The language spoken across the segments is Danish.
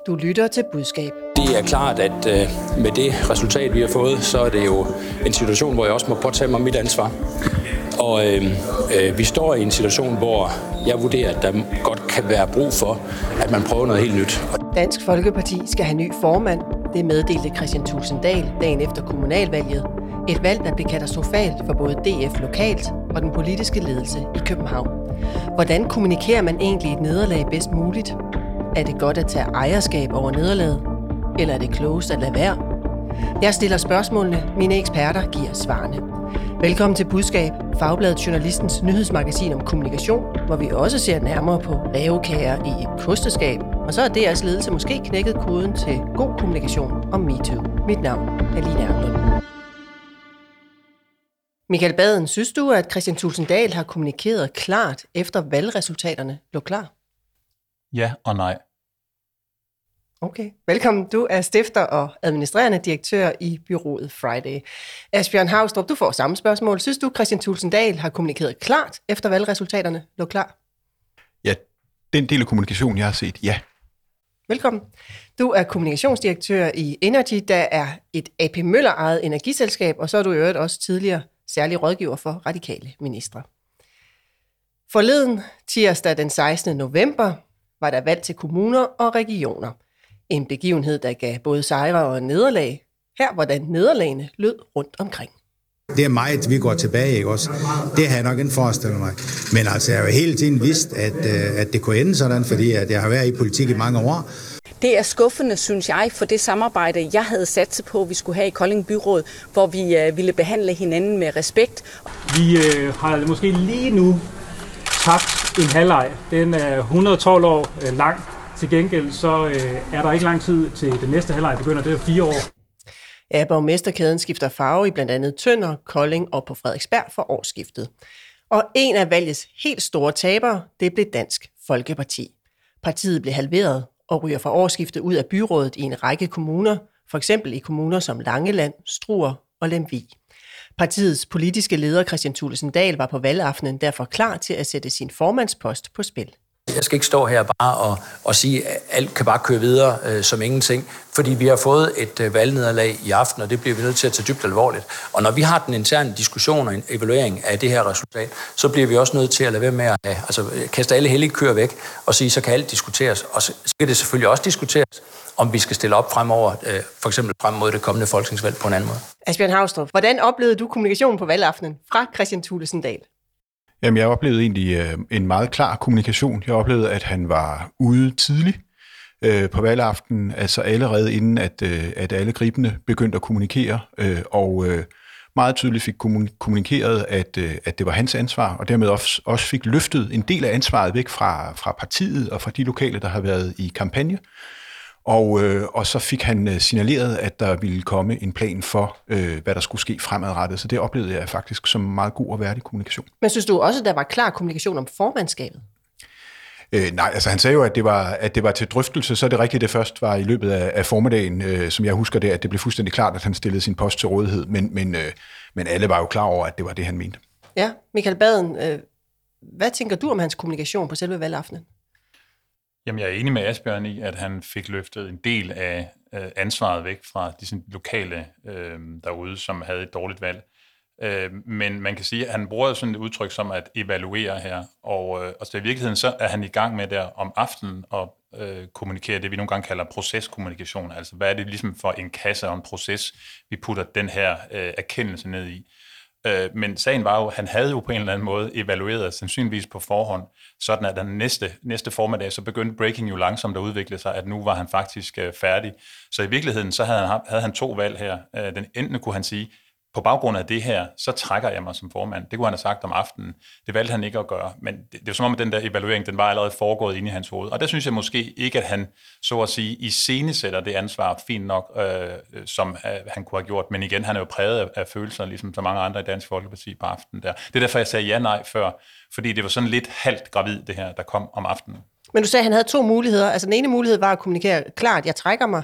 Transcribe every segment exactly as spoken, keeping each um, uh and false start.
Du lytter til Budskab. Det er klart, at øh, med det resultat, vi har fået, så er det jo en situation, hvor jeg også må påtage mig mit ansvar. Og øh, øh, vi står i en situation, hvor jeg vurderer, at der godt kan være brug for, at man prøver noget helt nyt. Dansk Folkeparti skal have ny formand. Det meddelte Kristian Thulesen Dahl dagen efter kommunalvalget. Et valg, der blev katastrofalt for både D F lokalt og den politiske ledelse i København. Hvordan kommunikerer man egentlig et nederlag bedst muligt? Er det godt at tage ejerskab over nederlaget? Eller er det klogest at lade være? Jeg stiller spørgsmålene, mine eksperter giver svarene. Velkommen til Budskab, Fagbladet Journalistens nyhedsmagasin om kommunikation, hvor vi også ser nærmere på rævekager i et kosteskab. Og så er D R's ledelse måske knækket koden til god kommunikation om MeToo. Mit navn er Line Erlund. Michael Baden, synes du, at Kristian Thulesen Dahl har kommunikeret klart efter valgresultaterne lå klar? Ja og nej. Okay, velkommen. Du er stifter og administrerende direktør i bureauet Friday. Asbjørn Haustrup, du får samme spørgsmål. Synes du, Kristian Thulesen Dahl har kommunikeret klart efter valgresultaterne lå klar? Ja, den del af kommunikationen, jeg har set, ja. Velkommen. Du er kommunikationsdirektør i Energy, der er et A P Møller-ejet energiselskab, og så er du i øvrigt også tidligere særlig rådgiver for radikale ministre. Forleden, tirsdag den sekstende november, var der valg til kommuner og regioner. En begivenhed, der gav både sejre og nederlag. Her, hvordan nederlagene lød rundt omkring. Det er meget, vi går tilbage, ikke også? Det har jeg nok ikke forestillet mig. Men altså, jeg har jo hele tiden vidst, at, at det kunne ende sådan, fordi at jeg har været i politik i mange år. Det er skuffende, synes jeg, for det samarbejde, jeg havde sat på, at vi skulle have i Kolding Byråd, hvor vi øh, ville behandle hinanden med respekt. Vi øh, har måske lige nu tabt en halvleg. Den er et hundrede og tolv år øh, lang. Til gengæld så øh, er der ikke lang tid til den næste halvleg begynder. Det er fire år. Ja, borgmesterkæden skifter farve i blandt andet Tønder, Kolding og på Frederiksberg for årsskiftet. Og en af valgets helt store tabere, det blev Dansk Folkeparti. Partiet blev halveret og ryger fra årsskiftet ud af byrådet i en række kommuner, for eksempel i kommuner som Langeland, Struer og Lemvig. Partiets politiske leder Kristian Thulesen Dahl var på valgaftenen derfor klar til at sætte sin formandspost på spil. Jeg skal ikke stå her bare og, og sige, at alt kan bare køre videre øh, som ingenting, fordi vi har fået et øh, valgnederlag i aften, og det bliver vi nødt til at tage dybt alvorligt. Og når vi har den interne diskussion og en evaluering af det her resultat, så bliver vi også nødt til at lade være med at have, altså, kaste alle hellige køer væk og sige, så kan alt diskuteres. Og så skal det selvfølgelig også diskuteres, om vi skal stille op fremover, øh, for eksempel frem mod det kommende folketingsvalg på en anden måde. Asbjørn Haustrup, hvordan oplevede du kommunikationen på valgaftenen fra Kristian Thulesen Dahl? Jamen, jeg oplevede egentlig øh, en meget klar kommunikation. Jeg oplevede, at han var ude tidligt øh, på valgaften, altså allerede inden, at, øh, at alle gribende begyndte at kommunikere, øh, og øh, meget tydeligt fik kommunikeret, at, øh, at det var hans ansvar, og dermed også, også fik løftet en del af ansvaret væk fra, fra partiet og fra de lokale, der har været i kampagne. Og, øh, og så fik han signaleret, at der ville komme en plan for, øh, hvad der skulle ske fremadrettet. Så det oplevede jeg faktisk som meget god og værdig kommunikation. Men synes du også, at der var klar kommunikation om formandskabet? Øh, nej, altså han sagde jo, at det, var, at det var til drøftelse. Så er det rigtigt, det først var i løbet af, af formiddagen, øh, som jeg husker det, at det blev fuldstændig klart, at han stillede sin post til rådighed. Men, men, øh, men alle var jo klar over, at det var det, han mente. Ja, Michael Baden, øh, hvad tænker du om hans kommunikation på selve valgaftenen? Jamen, jeg er enig med Asbjørn i, at han fik løftet en del af øh, ansvaret væk fra de sådan, lokale øh, derude, som havde et dårligt valg. Øh, men man kan sige, at han bruger sådan et udtryk som at evaluere her, og, øh, og så i virkeligheden så er han i gang med der om aftenen at øh, kommunikere det, vi nogle gange kalder proceskommunikation. Altså, hvad er det ligesom for en kasse og en proces, vi putter den her øh, erkendelse ned i. Men sagen var jo, at han havde jo på en eller anden måde evalueret sandsynligvis på forhånd, sådan at den næste, næste formiddag, så begyndte breaking jo langsomt at udvikle sig, at nu var han faktisk færdig. Så i virkeligheden, så havde han, havde han to valg her. Den enten kunne han sige, på baggrund af det her, så trækker jeg mig som formand. Det kunne han have sagt om aftenen. Det valgte han ikke at gøre. Men det, det er jo som om, at den der evaluering, den var allerede foregået inde i hans hoved. Og der synes jeg måske ikke, at han, så at sige, iscenesætter det ansvar fint nok, øh, som øh, han kunne have gjort. Men igen, han er jo præget af, af følelser, ligesom så mange andre i Dansk Folkeparti på aftenen der. Det er derfor, jeg sagde ja-nej før. Fordi det var sådan lidt halvt gravid, det her, der kom om aftenen. Men du sagde, at han havde to muligheder. Altså den ene mulighed var at kommunikere klart, jeg trækker mig.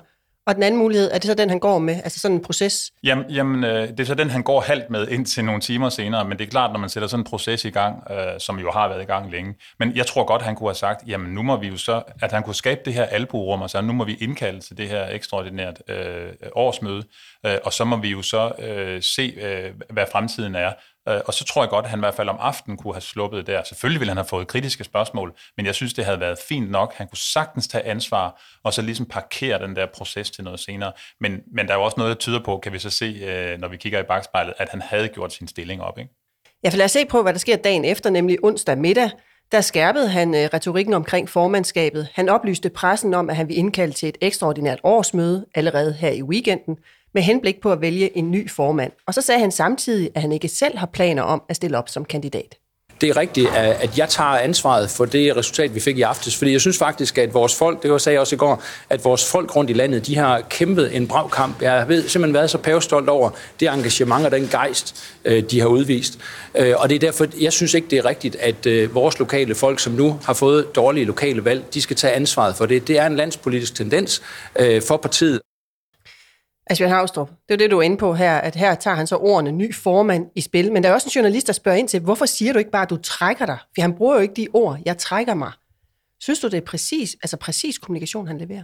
Og den anden mulighed, er det så den, han går med? Altså sådan en proces? Jamen, jamen øh, det er så den, han går halvt med indtil nogle timer senere, men det er klart, når man sætter sådan en proces i gang, øh, som jo har været i gang længe. Men jeg tror godt, han kunne have sagt, jamen nu må vi jo så, at han kunne skabe det her albuerum, og så nu må vi indkalde til det her ekstraordinært øh, årsmøde, øh, og så må vi jo så øh, se, øh, hvad fremtiden er. Og så tror jeg godt, at han i hvert fald om aftenen kunne have sluppet der. Selvfølgelig ville han have fået kritiske spørgsmål, men jeg synes, det havde været fint nok. Han kunne sagtens tage ansvar, og så ligesom parkere den der proces til noget senere. Men, men der er jo også noget, der tyder på, kan vi så se, når vi kigger i bagspejlet, at han havde gjort sin stilling op, ikke? Ja, for lad os se på, hvad der sker dagen efter, nemlig onsdag middag. Der skærpede han øh, retorikken omkring formandskabet. Han oplyste pressen om, at han ville indkalde til et ekstraordinært årsmøde allerede her i weekenden, med henblik på at vælge en ny formand. Og så sagde han samtidig, at han ikke selv har planer om at stille op som kandidat. Det er rigtigt, at jeg tager ansvaret for det resultat, vi fik i aftes, fordi jeg synes faktisk, at vores folk, det var sagde jeg også i går, at vores folk rundt i landet, de har kæmpet en brav kamp. Jeg ved simpelthen været så pavestolt over det engagement og den gejst, de har udvist. Og det er derfor, jeg synes ikke, det er rigtigt, at vores lokale folk, som nu har fået dårlige lokale valg, de skal tage ansvaret for det. Det er en landspolitisk tendens for partiet. Asbjørn Haustrup, det er det, du er inde på her, at her tager han så ordene ny formand i spil. Men der er også en journalist, der spørger ind til, hvorfor siger du ikke bare, at du trækker dig? For han bruger jo ikke de ord, jeg trækker mig. Synes du, det er præcis, altså præcis kommunikation, han leverer?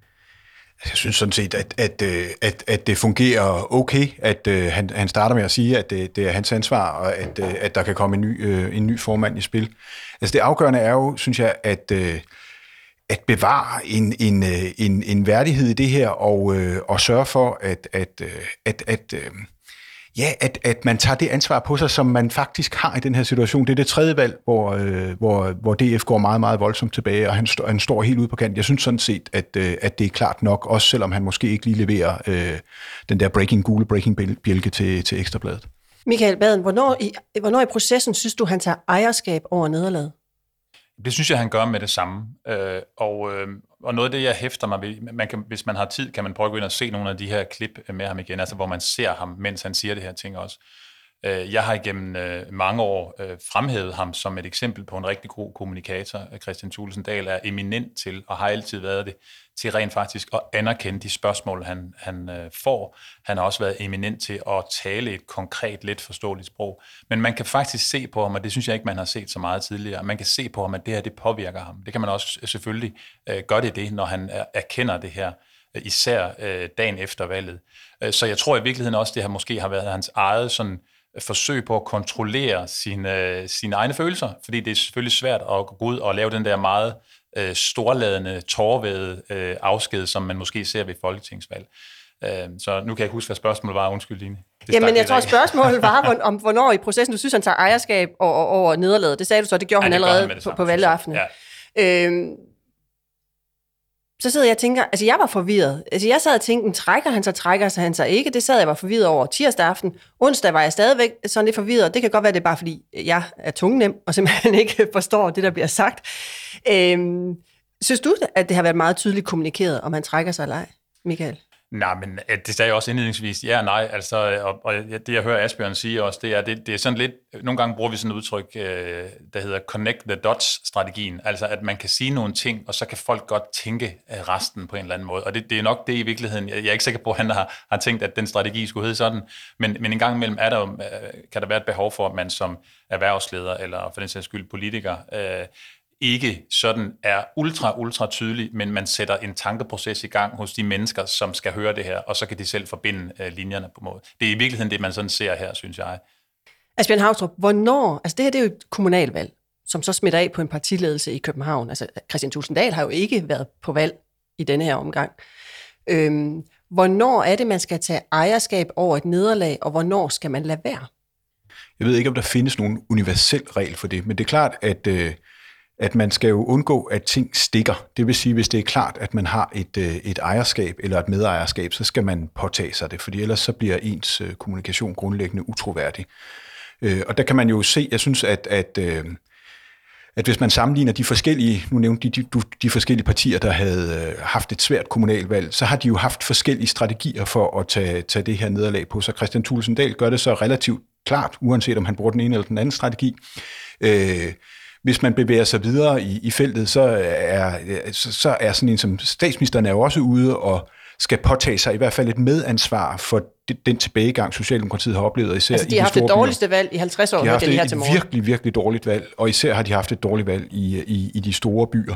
Jeg synes sådan set, at, at, at, at det fungerer okay, at uh, han, han starter med at sige, at det, det er hans ansvar, og at, uh, at der kan komme en ny, uh, en ny formand i spil. Altså det afgørende er jo, synes jeg, at... Uh, at bevare en, en, en, en værdighed i det her, og, øh, og sørge for, at, at, at, at, øh, ja, at, at man tager det ansvar på sig, som man faktisk har i den her situation. Det er det tredje valg, hvor, øh, hvor, hvor D F går meget, meget voldsomt tilbage, og han, st- han står helt ude på kanten. Jeg synes sådan set, at, øh, at det er klart nok, også selvom han måske ikke lige leverer øh, den der breaking gule breaking-bjælke til, til Ekstrabladet. Michael Baden, hvornår i, hvornår i processen synes du, han tager ejerskab over nederlaget? Det synes jeg, han gør med det samme. Øh, og, øh, og noget af det, jeg hæfter mig ved, man kan, hvis man har tid, kan man prøve at gå ind og se nogle af de her klip med ham igen, altså hvor man ser ham, mens han siger det her ting også. Øh, jeg har igennem øh, mange år øh, fremhævet ham som et eksempel på en rigtig god kommunikator. Kristian Thulesen Dahl er eminent til, og har altid været det, til rent faktisk at anerkende de spørgsmål, han, han øh, får. Han har også været eminent til at tale et konkret, let forståeligt sprog. Men man kan faktisk se på ham, og det synes jeg ikke, man har set så meget tidligere, man kan se på ham, at det her, det påvirker ham. Det kan man også selvfølgelig øh, gøre det, det, når han er, erkender det her, øh, især øh, dagen efter valget. Øh, så jeg tror i virkeligheden også, det her måske har været hans eget sådan, forsøg på at kontrollere sine, sine egne følelser, fordi det er selvfølgelig svært at gå ud og lave den der meget øh, storladende, tårvædede øh, afsked, som man måske ser ved folketingsvalg. Øh, så nu kan jeg ikke huske, hvad spørgsmålet var. Undskyld, Line. Jamen, jeg tror, spørgsmålet var, om hvornår i processen du synes, han tager ejerskab over, over nederlaget. Det sagde du så, det gjorde ja, han allerede han på, på valgaftenen. Ja. Øhm, Så sidder jeg og tænker, altså jeg var forvirret. Altså jeg sad og tænkte, trækker han sig, trækker han sig ikke? Det sad jeg var forvirret over tirsdag aften. Onsdag var jeg stadigvæk sådan lidt forvirret. Det kan godt være, det er bare fordi, jeg er tungnem og simpelthen ikke forstår det, der bliver sagt. Øhm, synes du, at det har været meget tydeligt kommunikeret, om han trækker sig eller ej, Michael? Nej, men det sagde jeg også indledningsvis, ja og nej, altså, og, og det jeg hører Asbjørn sige også, det er, det, det er sådan lidt, nogle gange bruger vi sådan et udtryk, der hedder connect the dots-strategien, altså at man kan sige nogle ting, og så kan folk godt tænke resten på en eller anden måde, og det, det er nok det i virkeligheden, jeg er ikke sikker på, at han har, har tænkt, at den strategi skulle hedde sådan, men, men en gang imellem er der, kan der være et behov for, at man som erhvervsleder, eller for den sags skyld politiker, øh, ikke sådan er ultra, ultra tydelig, men man sætter en tankeproces i gang hos de mennesker, som skal høre det her, og så kan de selv forbinde øh, linjerne på måde. Det er i virkeligheden det, man sådan ser her, synes jeg. Asbjørn Haustrup, hvornår, altså det her det er jo et kommunalvalg, som så smitter af på en partiledelse i København. Altså Kristian Thulesen Dahl har jo ikke været på valg i denne her omgang. Øhm, hvornår er det, man skal tage ejerskab over et nederlag, og hvornår skal man lade være? Jeg ved ikke, om der findes nogen universel regel for det, men det er klart, at øh, at man skal jo undgå, at ting stikker. Det vil sige, hvis det er klart, at man har et, et ejerskab eller et medejerskab, så skal man påtage sig det, fordi ellers så bliver ens kommunikation grundlæggende utroværdig. Og der kan man jo se, jeg synes, at, at, at hvis man sammenligner de forskellige, nu nævnte de, de, de forskellige partier, der havde haft et svært kommunalvalg, så har de jo haft forskellige strategier for at tage, tage det her nederlag på. Så Kristian Thulesen Dahl gør det så relativt klart, uanset om han bruger den ene eller den anden strategi. Øh, Hvis man bevæger sig videre i, i feltet, så er, så, så er sådan en som statsministeren er jo også ude og skal påtage sig i hvert fald et medansvar for den tilbagegang, Socialdemokratiet har oplevet, især altså, de i har haft det dårligste valg i halvtreds år. De har haft det her et til morgen. virkelig, virkelig dårligt valg, og især har de haft et dårligt valg i, i, i de store byer.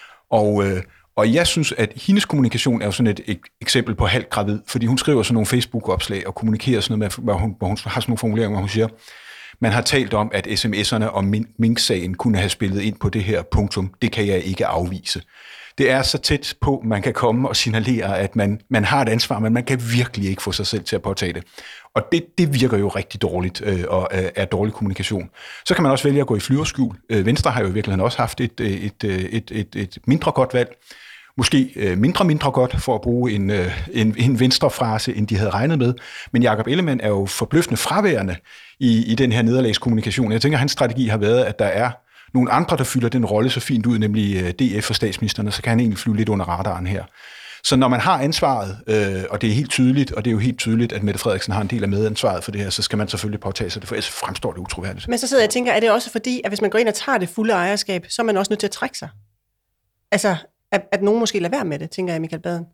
Og, øh, og jeg synes, at hendes kommunikation er jo sådan et, et eksempel på halvt gravid, fordi hun skriver sådan nogle Facebook-opslag og kommunikerer sådan noget med, hvor hun, hvor hun har sådan nogle formuleringer, hvor hun siger, man har talt om, at sms'erne om Mink-sagen kunne have spillet ind på det her punktum. Det kan jeg ikke afvise. Det er så tæt på, man kan komme og signalere, at man, man har et ansvar, men man kan virkelig ikke få sig selv til at påtage det. Og det, det virker jo rigtig dårligt øh, og øh, er dårlig kommunikation. Så kan man også vælge at gå i flyverskjul. Øh, Venstre har jo i virkeligheden også haft et, et, et, et, et, et mindre godt valg. Måske øh, mindre mindre godt, for at bruge en, øh, en, en venstrefrase, end de havde regnet med. Men Jakob Ellemann er jo forbløffende fraværende i, i den her nederlagskommunikation. Jeg tænker, at hans strategi har været, at der er nogle andre, der fylder den rolle så fint ud, nemlig D F og statsministeren, så kan han egentlig flyve lidt under radaren her. Så når man har ansvaret, øh, og det er helt tydeligt, og det er jo helt tydeligt, at Mette Frederiksen har en del af medansvaret for det her, så skal man selvfølgelig påtage sig det, for ellers fremstår det utroværdigt. Men så sidder jeg og tænker, er det også fordi, at hvis man går ind og tager det fulde ejerskab, så er man også nødt til at trække sig? Altså, at, at nogen måske lader være med det, tænker jeg, Michael Baden.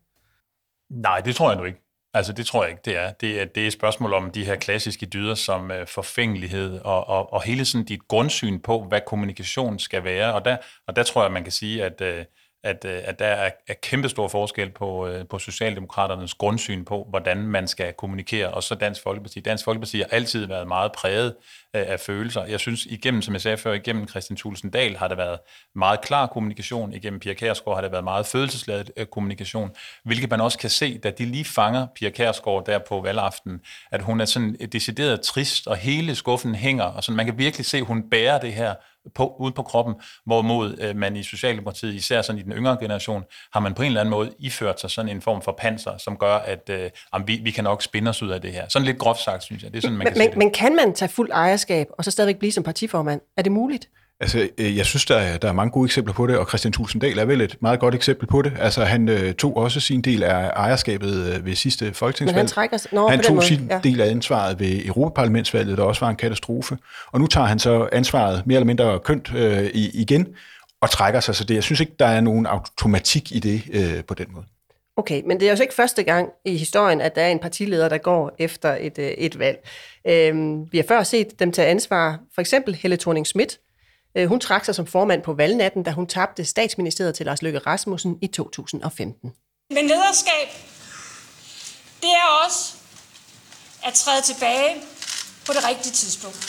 Nej, det tror jeg nu ikke. Altså, det tror jeg ikke, det er. Det er, det er et spørgsmål om de her klassiske dyder som uh, forfængelighed og, og, og hele sådan dit grundsyn på, hvad kommunikation skal være. Og der, og der tror jeg, man kan sige, at, uh, at, uh, at der er, er kæmpestor forskel på, uh, på Socialdemokraternes grundsyn på, hvordan man skal kommunikere, og så Dansk Folkeparti. Dansk Folkeparti har altid været meget præget uh, af følelser. Jeg synes, igennem, som jeg sagde før, igennem Kristian Thulesen Dahl har der været meget klar kommunikation. Igennem Pia Kjærsgaard har der været meget følelsesladet uh, kommunikation, hvilket man også kan se, da de lige fanger Pia Kjærsgaard der på valgaften, at hun er sådan decideret trist, og hele skuffen hænger, og sådan, man kan virkelig se, at hun bærer det her på, ude på kroppen, hvorimod øh, man i Socialdemokratiet, især sådan i den yngre generation, har man på en eller anden måde iført sig sådan en form for panser, som gør, at øh, jamen, vi, vi kan nok spinde os ud af det her. Sådan lidt groft sagt, synes jeg. Det er sådan, man men, kan men, se det. Men kan man tage fuld ejerskab, og så stadigvæk blive som partiformand? Er det muligt? Altså, jeg synes, der er, der er mange gode eksempler på det, og Kristian Thulesen Dahl er vel et meget godt eksempel på det. Altså, han øh, tog også sin del af ejerskabet øh, ved sidste folketingsvalg. Men han trækker sig... Nå, han tog måde. sin ja. del af ansvaret ved Europaparlamentsvalget, der også var en katastrofe. Og nu tager han så ansvaret mere eller mindre kønt øh, igen, og trækker sig. Så det, jeg synes ikke, der er nogen automatik i det øh, på den måde. Okay, men det er jo så ikke første gang i historien, at der er en partileder, der går efter et, øh, et valg. Øhm, vi har før set dem tage ansvar. For eksempel Helle Thorning-Schmidt. Hun trak sig som formand på valgnatten, da hun tabte statsministeriet til Lars Løkke Rasmussen i to tusind og femten. Men lederskab, det er også at træde tilbage på det rigtige tidspunkt.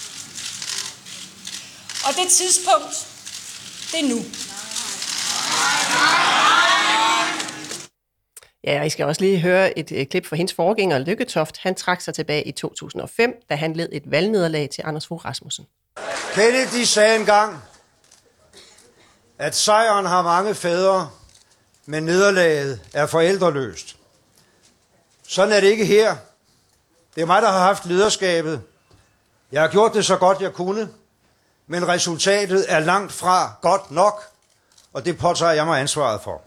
Og det tidspunkt, det er nu. Ja, og I skal også lige høre et, et klip fra hendes forgænger, Lykketoft. Han trak sig tilbage i to tusind og fem, da han led et valgnederlag til Anders Fogh Rasmussen. Kennedy sagde engang, at sejren har mange fædre, men nederlaget er forældreløst. Sådan er det ikke her. Det er mig, der har haft lederskabet. Jeg har gjort det så godt, jeg kunne, men resultatet er langt fra godt nok, og det påtager jeg mig ansvaret for.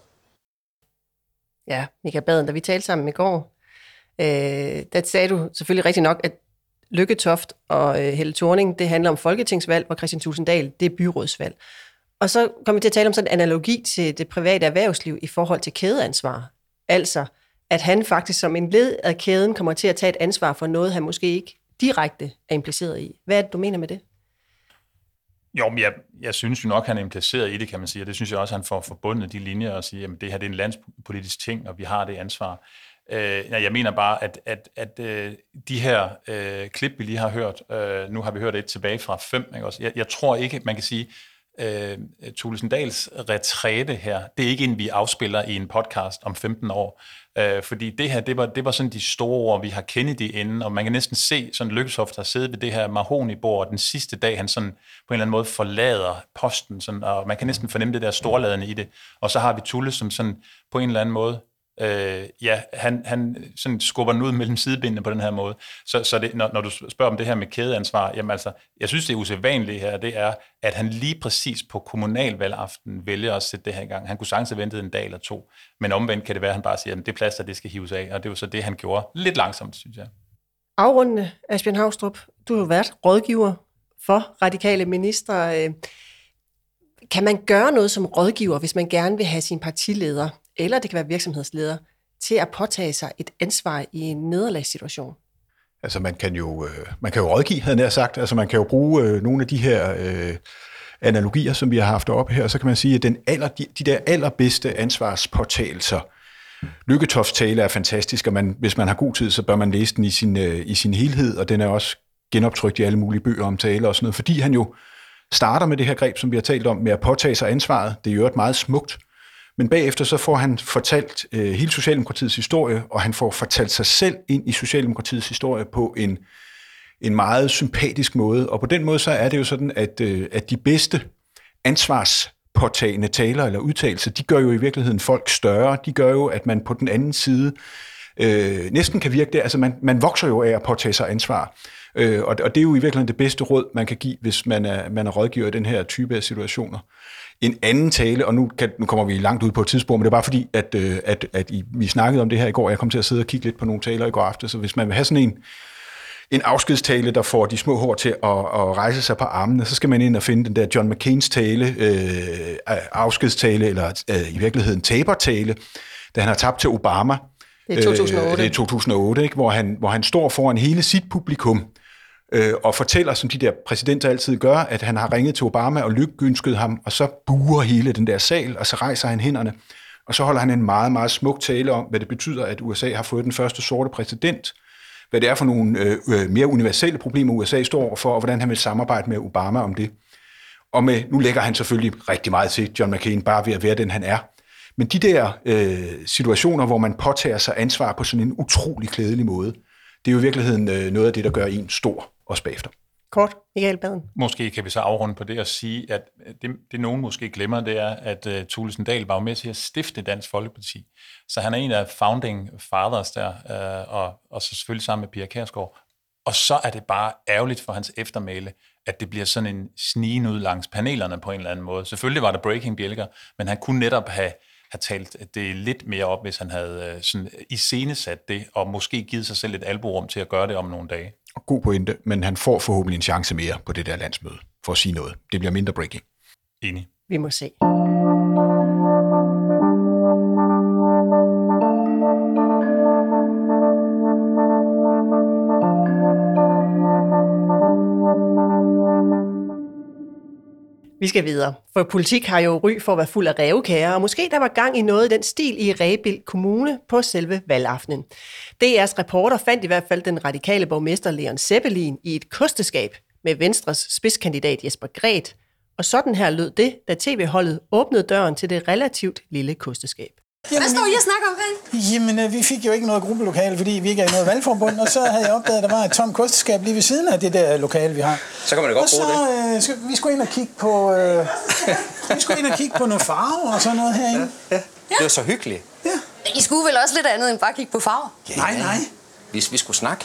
Ja, Michael Baden, da vi talte sammen i går, øh, der sagde du selvfølgelig rigtig nok, at Lykketoft og øh, Helle Thorning, det handler om folketingsvalg, og Kristian Thulesen Dahl, det er byrådsvalg. Og så kommer vi til at tale om sådan en analogi til det private erhvervsliv i forhold til kædeansvar. Altså, at han faktisk som en led af kæden kommer til at tage et ansvar for noget, han måske ikke direkte er impliceret i. Hvad er det, du mener med det? Jo, men jeg, jeg synes jo nok, han er impliceret i det, kan man sige. Og det synes jeg også, han får forbundet de linjer og siger, at det her det er en landspolitisk ting, og vi har det ansvar. Øh, jeg mener bare, at, at, at øh, de her øh, klip, vi lige har hørt, øh, nu har vi hørt et tilbage fra fem, ikke også? Jeg, jeg tror ikke, man kan sige, øh, Thulesen Dahls retræte her, det er ikke en, vi afspiller i en podcast om femten år. Øh, fordi det her, det var, det var sådan de store ord, vi har Kennedy inden, og man kan næsten se, sådan Lykketoft har siddet ved det her mahogni-bord, og den sidste dag, han sådan på en eller anden måde forlader posten, sådan, og man kan næsten fornemme det der storladende i det. Og så har vi Tulle, som sådan på en eller anden måde, Øh, ja, han, han sådan skubber den ud mellem sidebenene på den her måde. Så, så det, når, når du spørger om det her med kædeansvar, jamen altså, jeg synes, det er usædvanligt her, det er, at han lige præcis på kommunalvalgaften vælger at sætte det her i gang. Han kunne sagtens have ventet en dag eller to, men omvendt kan det være, at han bare siger, at det plads, der det skal hives af, og det var så det, han gjorde lidt langsomt, synes jeg. Afrundende, Asbjørn Haustrup, du har jo været rådgiver for radikale ministre. Kan man gøre noget som rådgiver, hvis man gerne vil have sin partileder, eller det kan være virksomhedsleder, til at påtage sig et ansvar i en nederlagssituation? Altså man kan jo, øh, man kan jo rådgive, havde jeg nær sagt. Altså man kan jo bruge øh, nogle af de her øh, analogier, som vi har haft op her, og så kan man sige, at den aller, de, de der allerbedste ansvarspåtagelser, Lykketofts tale er fantastisk, og man, hvis man har god tid, så bør man læse den i sin, øh, i sin helhed, og den er også genoptrykt i alle mulige bøger om tale og sådan noget, fordi han jo starter med det her greb, som vi har talt om, med at påtage sig ansvaret. Det er jo et meget smukt. Men bagefter så får han fortalt øh, hele Socialdemokratiets historie, og han får fortalt sig selv ind i Socialdemokratiets historie på en, en meget sympatisk måde. Og på den måde så er det jo sådan, at, øh, at de bedste ansvarspåtagende taler eller udtalelser, de gør jo i virkeligheden folk større. De gør jo, at man på den anden side øh, næsten kan virke det. Altså man, man vokser jo af at påtage sig ansvar. Øh, og, og det er jo i virkeligheden det bedste råd, man kan give, hvis man er, man er rådgiver i den her type af situationer. En anden tale, og nu, kan, nu kommer vi langt ud på et tidspunkt, men det er bare fordi, at, at, at I, vi snakkede om det her i går, og jeg kom til at sidde og kigge lidt på nogle taler i går aftes, så hvis man vil have sådan en, en afskedstale, der får de små hår til at, at rejse sig på armene, så skal man ind og finde den der John McCains tale, øh, afskedstale, eller øh, i virkeligheden tabertale, da han har tabt til Obama. Det er to tusind og otte. Øh, det er to tusind og otte, ikke? Hvor, han, hvor han står foran hele sit publikum, Øh, og fortæller, som de der præsidenter altid gør, at han har ringet til Obama og lykønsket ham, og så buer hele den der sal, og så rejser han hænderne, og så holder han en meget, meget smuk tale om, hvad det betyder, at U S A har fået den første sorte præsident, hvad det er for nogle øh, mere universelle problemer, U S A står overfor, og hvordan han vil samarbejde med Obama om det. Og med, nu lægger han selvfølgelig rigtig meget til John McCain, bare ved at være den, han er. Men de der øh, situationer, hvor man påtager sig ansvar på sådan en utrolig klædelig måde, det er jo i virkeligheden øh, noget af det, der gør en stor også bagefter. Kort, Michael Baden. Måske kan vi så afrunde på det og sige, at det, det nogen måske glemmer, det er, at uh, Thulesen Dahl var med til at stifte Dansk Folkeparti. Så han er en af founding fathers der, uh, og, og så selvfølgelig sammen med Pia Kjærsgaard. Og så er det bare ærgerligt for hans eftermæle, at det bliver sådan en snigen ud langs panelerne på en eller anden måde. Selvfølgelig var der breaking bjælker, men han kunne netop have har talt det lidt mere op, hvis han havde sådan iscenesat det, og måske givet sig selv et albuerum til at gøre det om nogle dage. God pointe, men han får forhåbentlig en chance mere på det der landsmøde, for at sige noget. Det bliver mindre breaking. Enig. Vi må se. Vi skal videre, for politik har jo ry for at være fuld af rævekager, og måske der var gang i noget i den stil i Rebild Kommune på selve valgaftenen. D R's reporter fandt i hvert fald den radikale borgmester Leon Sebbelin i et kosteskab med Venstres spidskandidat Jesper Greth, og sådan her lød det, da tv-holdet åbnede døren til det relativt lille kosteskab. Jamen, hvad står I og snakker om her? Jamen, vi fik jo ikke noget gruppelokale, fordi vi ikke er i noget valgforbund, og så havde jeg opdaget, at der var et tomt kosteskab lige ved siden af det der lokale, vi har. Så kan man da godt bruge det. Og så øh, vi skulle ind og kigge på, øh, vi skulle ind og kigge på nogle farver og sådan noget herinde. Ja, ja. Det var så hyggeligt. Ja. I skulle vel også lidt andet end bare kigge på farver? Ja, nej, nej. Hvis vi skulle snakke.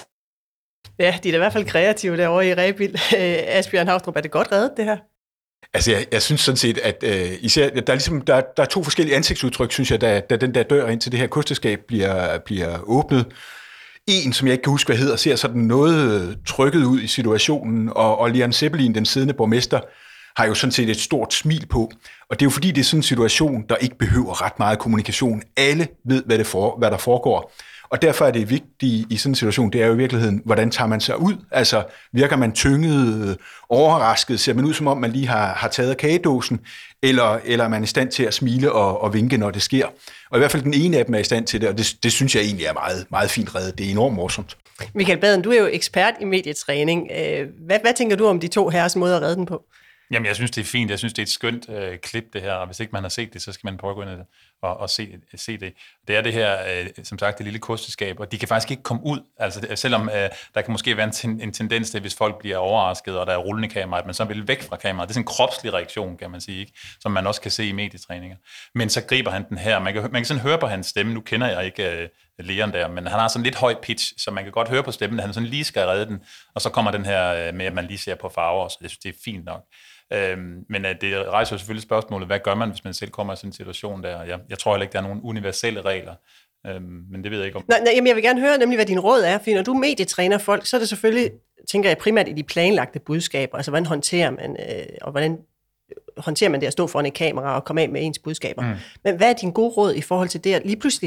Ja, de er da i hvert fald kreative derovre i Rebild. Asbjørn Haustrup, er det godt reddet, det her? Altså, jeg, jeg synes sådan set, at øh, især, der, er ligesom, der, der er to forskellige ansigtsudtryk, synes jeg, da, da den der dør ind til det her kosteskab bliver, bliver åbnet. En, som jeg ikke kan huske, hvad hedder, ser sådan noget trykket ud i situationen, og, og Leon Sebbelin, den siddende borgmester, har jo sådan set et stort smil på. Og det er jo fordi, det er sådan en situation, der ikke behøver ret meget kommunikation. Alle ved, hvad, det for, hvad der foregår. Og derfor er det vigtigt i sådan en situation, det er jo i virkeligheden, hvordan tager man sig ud? Altså, virker man tynget, overrasket? Ser man ud, som om man lige har, har taget kagedåsen? Eller, eller er man i stand til at smile og, og vinke, når det sker? Og i hvert fald den ene af dem er i stand til det, og det, det synes jeg egentlig er meget, meget fint reddet. Det er enormt morsomt. Michael Baden, du er jo ekspert i medietræning. Hvad, hvad tænker du om de to herres måde at redde den på? Jamen, jeg synes, det er fint. Jeg synes, det er et skønt øh, klip, det her. Og hvis ikke man har set det, så skal man prøve at gå ind og, og se, se det. Det er det her, øh, som sagt, det lille kosteskab, og de kan faktisk ikke komme ud. Altså, det, selvom øh, der kan måske være en, ten, en tendens til, hvis folk bliver overrasket, og der er rullende kamera, at man så vil væk fra kameraet. Det er sådan en kropslig reaktion, kan man sige, ikke? Som man også kan se i medietræninger. Men så griber han den her. Man kan, man kan sådan høre på hans stemme. Nu kender jeg ikke øh, Leon der, men han har sådan lidt høj pitch, så man kan godt høre på stemmen, at han sådan lige skal redde den. Og så kommer den her øh, med, at man lige ser på farver, så det, det er fint nok. Øhm, men øh, det rejser jo selvfølgelig spørgsmålet, hvad gør man, hvis man selv kommer i sådan en situation der? Jeg, jeg tror heller ikke, der er nogen universelle regler, øhm, men det ved jeg ikke om. Nej, nej, jamen jeg vil gerne høre nemlig, hvad din råd er, for når du medietræner folk, så er det selvfølgelig, tænker jeg, primært i de planlagte budskaber, altså hvordan håndterer man, øh, og hvordan håndterer man det at stå foran et kamera og komme af med ens budskaber. Mm. Men hvad er din gode råd i forhold til det at lige pludselig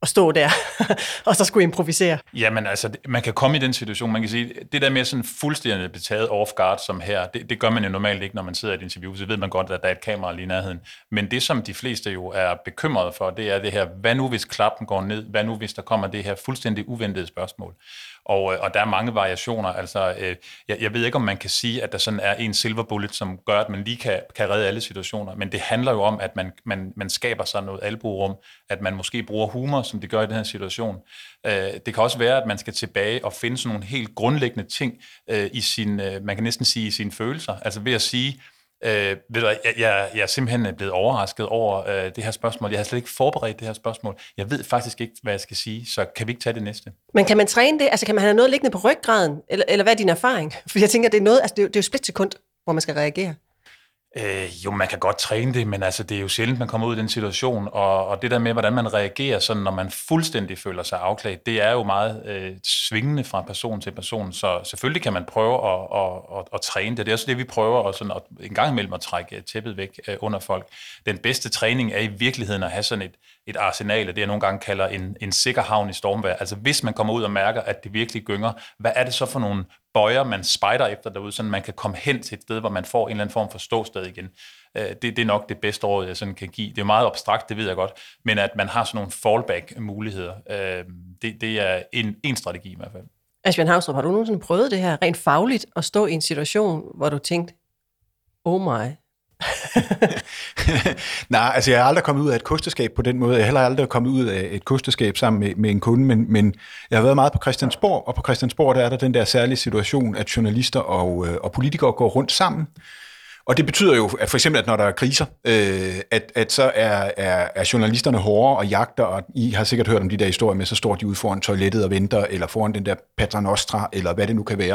at stå der, og så skulle improvisere? Jamen altså, man kan komme i den situation, man kan sige, det der med sådan fuldstændig blive taget off guard som her, det, det gør man jo normalt ikke, når man sidder i et interview, så ved man godt, at der er et kamera lige i nærheden. Men det, som de fleste jo er bekymrede for, det er det her, hvad nu hvis klappen går ned, hvad nu hvis der kommer det her fuldstændig uventede spørgsmål. Og, og der er mange variationer, altså øh, jeg, jeg ved ikke, om man kan sige, at der sådan er en silver bullet, som gør, at man lige kan, kan redde alle situationer, men det handler jo om, at man, man, man skaber sig noget albuerum, at man måske bruger humor, som det gør i den her situation. Øh, det kan også være, at man skal tilbage og finde sådan nogle helt grundlæggende ting øh, i sin, øh, man kan næsten sige i sine følelser, altså ved at sige, Øh, ved du, jeg, jeg, jeg er simpelthen blevet overrasket over øh, det her spørgsmål. Jeg har slet ikke forberedt det her spørgsmål. Jeg ved faktisk ikke, hvad jeg skal sige, så kan vi ikke tage det næste? Men kan man træne det? Altså kan man have noget liggende på ryggraden? Eller, eller hvad er din erfaring? For jeg tænker, det er noget, altså det er, det er jo splitsekund, hvor man skal reagere. Øh, jo, man kan godt træne det, men altså, det er jo sjældent, man kommer ud i den situation, og, og det der med, hvordan man reagerer, sådan, når man fuldstændig føler sig afklædt, det er jo meget øh, svingende fra person til person, så selvfølgelig kan man prøve at, at, at, at træne det. Det er også det, vi prøver at, sådan, at en gang imellem at trække tæppet væk øh, under folk. Den bedste træning er i virkeligheden at have sådan et, et arsenal, det jeg nogle gange kalder en, en sikker havn i stormvejr. Altså hvis man kommer ud og mærker, at det virkelig gynger, hvad er det så for nogle bøjer, man spejder efter derude, så man kan komme hen til et sted, hvor man får en eller anden form for ståsted igen. Det, det er nok det bedste råd, jeg sådan kan give. Det er meget abstrakt, det ved jeg godt, men at man har sådan nogle fallback-muligheder, det, det er en, en strategi i hvert fald. Asbjørn Haugstrup, har du nogensinde prøvet det her rent fagligt, at stå i en situation, hvor du tænkte, oh my... Nej, altså jeg er aldrig kommet ud af et kosteskab på den måde. Jeg er heller aldrig kommet ud af et kosteskab sammen med, med en kunde, men, men jeg har været meget på Christiansborg, og på Christiansborg der er der den der særlige situation, at journalister og, og politikere går rundt sammen. Og det betyder jo, at for eksempel, at når der er kriser, øh, at, at så er, er, er journalisterne hårde og jagter, og I har sikkert hørt om de der historier med, så står de ude foran toilettet og venter, eller foran den der Paternostra, eller hvad det nu kan være.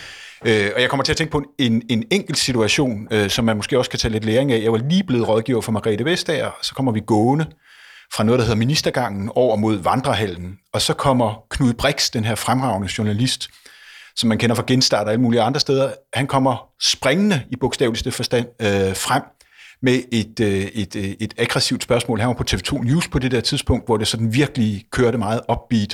Øh, og jeg kommer til at tænke på en, en enkelt situation, øh, som man måske også kan tage lidt læring af. Jeg var lige blevet rådgiver for Margrethe Vestager, og så kommer vi gående fra noget, der hedder Ministergangen, over mod Vandrehallen, og så kommer Knud Brix, den her fremragende journalist, som man kender fra Genstart og alle mulige andre steder, han kommer springende i bogstaveligste forstand øh, frem med et, øh, et, øh, et aggressivt spørgsmål. Han var på T V to News på det der tidspunkt, hvor det sådan virkelig kørte meget upbeat.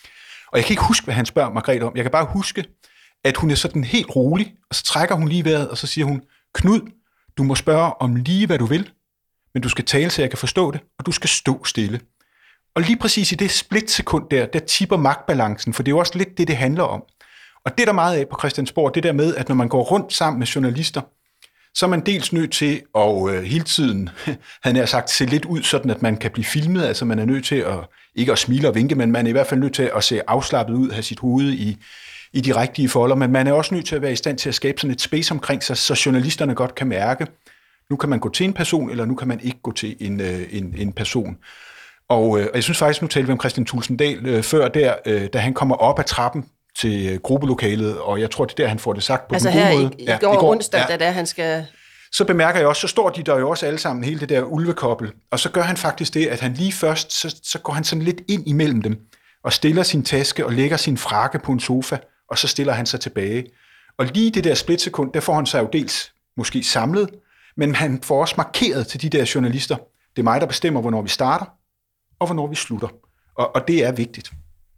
Og jeg kan ikke huske, hvad han spørger Margrethe om. Jeg kan bare huske, at hun er sådan helt rolig, og så trækker hun lige vejret, og så siger hun, Knud, du må spørge om lige, hvad du vil, men du skal tale, så jeg kan forstå det, og du skal stå stille. Og lige præcis i det splitsekund der, der tipper magtbalancen, for det er jo også lidt det, det handler om. Og det er der meget af på Christiansborg, det der med, at når man går rundt sammen med journalister, så er man dels nødt til at øh, hele tiden, han har sagt, se lidt ud, sådan at man kan blive filmet, altså man er nødt til at, ikke at smile og vinke, men man er i hvert fald nødt til at se afslappet ud, have sit hoved i, i de rigtige folder, men man er også nødt til at være i stand til at skabe sådan et space omkring sig, så journalisterne godt kan mærke, nu kan man gå til en person, eller nu kan man ikke gå til en, øh, en, en person. Og, øh, og jeg synes faktisk, nu talte vi om Christian Thulesen Dahl øh, før der, øh, da han kommer op ad trappen til gruppelokalet, og jeg tror, det er der, han får det sagt på altså den gode måde. Altså her i, i går, går onsdag, ja. Da det er, han skal... Så bemærker jeg også, så står de der jo også alle sammen, hele det der ulvekobbel, og så gør han faktisk det, at han lige først, så, så går han sådan lidt ind imellem dem, og stiller sin taske og lægger sin frakke på en sofa, og så stiller han sig tilbage. Og lige det der splitsekund, der får han sig jo dels måske samlet, men han får også markeret til de der journalister, det er mig, der bestemmer, hvornår vi starter, og hvornår vi slutter. Og, og det er vigtigt.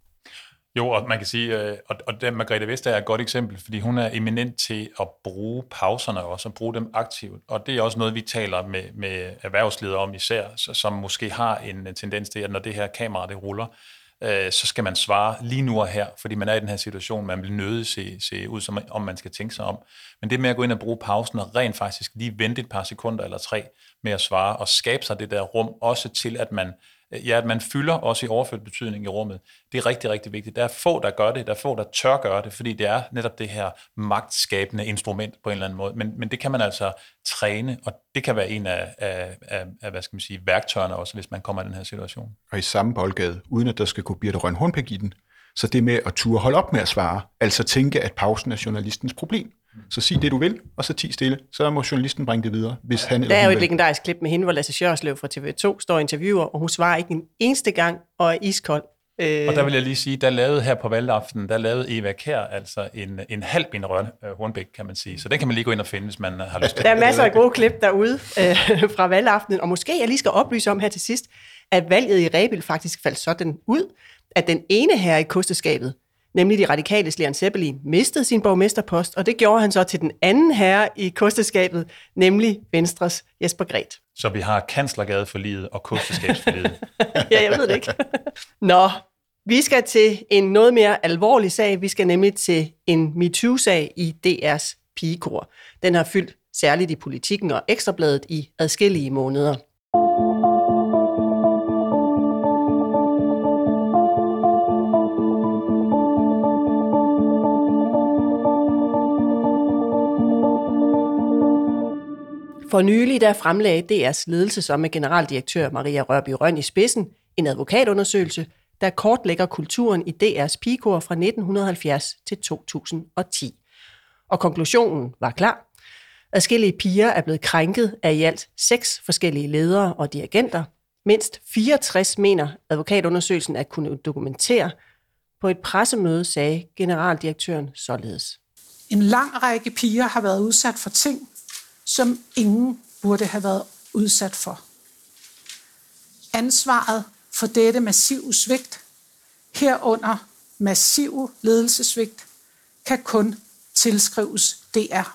Jo, og man kan sige, og, og den Margrethe Vestager er et godt eksempel, fordi hun er eminent til at bruge pauserne også, og bruge dem aktivt. Og det er også noget, vi taler med, med erhvervsledere om især, som måske har en tendens til, at når det her kamera det ruller, øh, så skal man svare lige nu og her, fordi man er i den her situation, man vil nødigt se, se ud, som om man skal tænke sig om. Men det med at gå ind og bruge pausen og rent faktisk lige vente et par sekunder eller tre med at svare, og skabe sig det der rum, også til at man Ja, at man fylder også i overført betydning i rummet. Det er rigtig, rigtig vigtigt. Der er få, der gør det. Der er få, der tør gøre det, fordi det er netop det her magtskabende instrument på en eller anden måde. Men, men det kan man altså træne, og det kan være en af, af, af, af hvad skal man sige, værktøjerne også, hvis man kommer i den her situation. Og i samme boldgade, uden at der skal gå Birthe Rønn Hornbæk i den, så det med at turde holde op med at svare, altså tænke, at pausen er journalistens problem. Så sig det, du vil, og så ti stille. Så må journalisten bringe det videre, hvis han eller Der er jo et vil. legendarisk klip med hende, hvor Lasse Sjørslev fra T V to står og interviewer, og hun svarer ikke en eneste gang, og er iskold. Øh... Og der vil jeg lige sige, der lavede her på valgaften, der lavede Eva Kjær altså en, en halv Birthe Rønn Hornbæk, kan man sige. Så den kan man lige gå ind og finde, hvis man har lyst til. Der er masser af gode klip derude øh, fra valgaftenen, og måske jeg lige skal oplyse om her til sidst, at valget i Rebild faktisk faldt sådan ud, at den ene herre i kosteskabet, nemlig de radikale Leon Sebbelin, mistede sin borgmesterpost, og det gjorde han så til den anden herre i kosteskabet, nemlig Venstres Jesper Greth. Så vi har kanslergadeforliget og kosteskabsforliget. Ja, jeg ved det ikke. Nå, vi skal til en noget mere alvorlig sag. Vi skal nemlig til en MeToo-sag i D R's pigekor. Den har fyldt særligt i Politikken og Ekstrabladet i adskillige måneder. For nylig der fremlagde D R's ledelse som med generaldirektør Maria Rørby Rønn i spidsen en advokatundersøgelse, der kortlægger kulturen i D R's pigekor fra nitten halvfjerds til to tusind og ti. Og konklusionen var klar. Adskillige piger er blevet krænket af i alt seks forskellige ledere og dirigenter. Mindst fireogtres mener advokatundersøgelsen at kunne dokumentere. På et pressemøde sagde generaldirektøren således. En lang række piger har været udsat for ting, som ingen burde have været udsat for. Ansvaret for dette massive svigt, herunder massive ledelsesvigt, kan kun tilskrives D R.